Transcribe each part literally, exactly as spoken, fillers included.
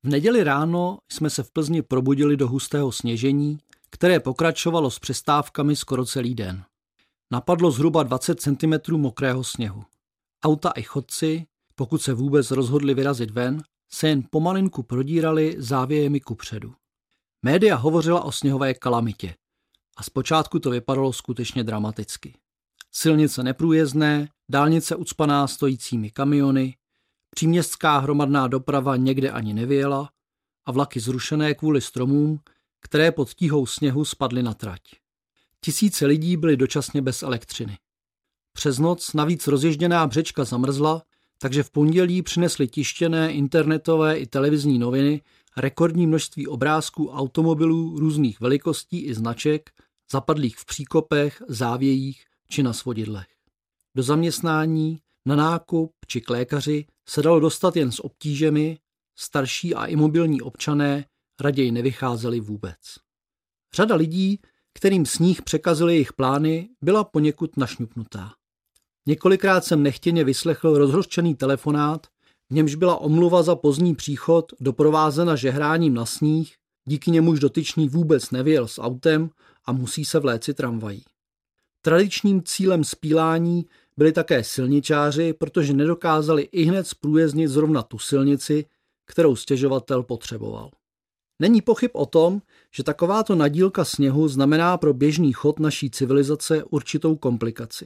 V neděli ráno jsme se v Plzni probudili do hustého sněžení, které pokračovalo s přestávkami skoro celý den. Napadlo zhruba dvacet centimetrů mokrého sněhu. Auta i chodci, pokud se vůbec rozhodli vyrazit ven, se jen pomalinku prodírali závějemi kupředu. Média hovořila o sněhové kalamitě a zpočátku to vypadalo skutečně dramaticky. Silnice neprůjezdné, dálnice ucpaná stojícími kamiony, příměstská hromadná doprava někde ani nevyjela a vlaky zrušené kvůli stromům, které pod tíhou sněhu spadly na trať. Tisíce lidí byly dočasně bez elektřiny. Přes noc navíc rozježděná břečka zamrzla, takže v pondělí přinesly tištěné internetové i televizní noviny rekordní množství obrázků automobilů různých velikostí i značek, zapadlých v příkopech, závějích či na svodidlech. Do zaměstnání, na nákup či k lékaři se dalo dostat jen s obtížemi, starší a imobilní občané raději nevycházeli vůbec. Řada lidí, kterým sníh překazil jejich plány, byla poněkud našňupnutá. Několikrát jsem nechtěně vyslechl rozhořčený telefonát, v němž byla omluva za pozdní příchod doprovázena žehráním na sníh, díky němuž dotyčný vůbec nevyjel s autem a musí se vléci tramvají. Tradičním cílem spílání byli také silničáři, protože nedokázali ihned zprůjezdnit zrovna tu silnici, kterou stěžovatel potřeboval. Není pochyb o tom, že takováto nadílka sněhu znamená pro běžný chod naší civilizace určitou komplikaci.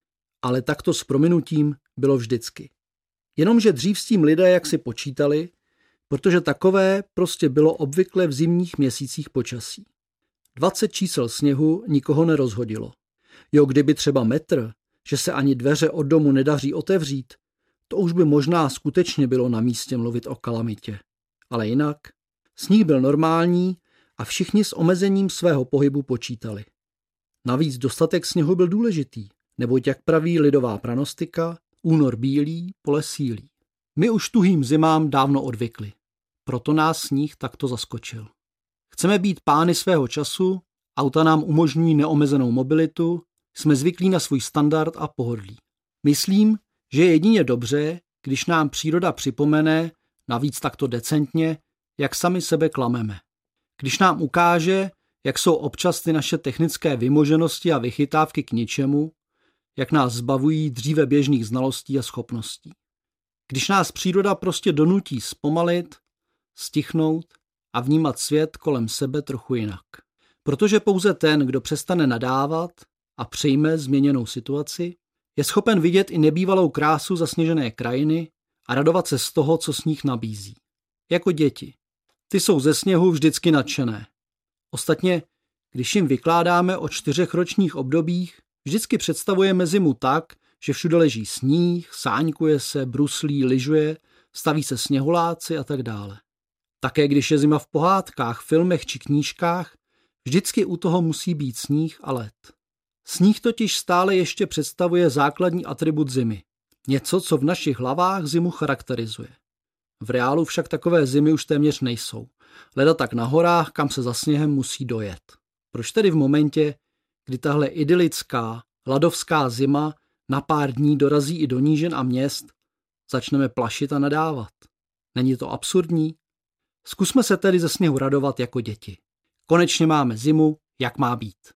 Ale takto s prominutím bylo vždycky. Jenomže dřív s tím lidé jaksi počítali, protože takové prostě bylo obvykle v zimních měsících počasí. dvacet čísel sněhu nikoho nerozhodilo. Jo, kdyby třeba metr, že se ani dveře od domu nedaří otevřít, to už by možná skutečně bylo na místě mluvit o kalamitě. Ale jinak, sníh byl normální a všichni s omezením svého pohybu počítali. Navíc dostatek sněhu byl důležitý, neboť jak praví lidová pranostika, únor bílý, pole sílí. My už tuhým zimám dávno odvykli, proto nás sníh takto zaskočil. Chceme být pány svého času, auta nám umožňují neomezenou mobilitu, jsme zvyklí na svůj standard a pohodlí. Myslím, že je jedině dobře, když nám příroda připomene, navíc takto decentně, jak sami sebe klameme. Když nám ukáže, jak jsou občas ty naše technické vymoženosti a vychytávky k ničemu, jak nás zbavují dříve běžných znalostí a schopností. Když nás příroda prostě donutí zpomalit, stichnout a vnímat svět kolem sebe trochu jinak. Protože pouze ten, kdo přestane nadávat a přijme změněnou situaci, je schopen vidět i nebývalou krásu zasněžené krajiny a radovat se z toho, co sníh nabízí. Jako děti. Ty jsou ze sněhu vždycky nadšené. Ostatně, když jim vykládáme o čtyřech ročních obdobích, vždycky představujeme zimu tak, že všude leží sníh, sáňkuje se, bruslí, lyžuje, staví se sněhuláci a tak dále. Také když je zima v pohádkách, filmech či knížkách, vždycky u toho musí být sníh a led. Sníh totiž stále ještě představuje základní atribut zimy. Něco, co v našich hlavách zimu charakterizuje. V reálu však takové zimy už téměř nejsou. Leda tak na horách, kam se za sněhem musí dojet. Proč tedy v momentě, kdy tahle idylická, ladovská zima na pár dní dorazí i do nížin a měst, začneme plašit a nadávat? Není to absurdní? Zkusme se tedy ze sněhu radovat jako děti. Konečně máme zimu, jak má být.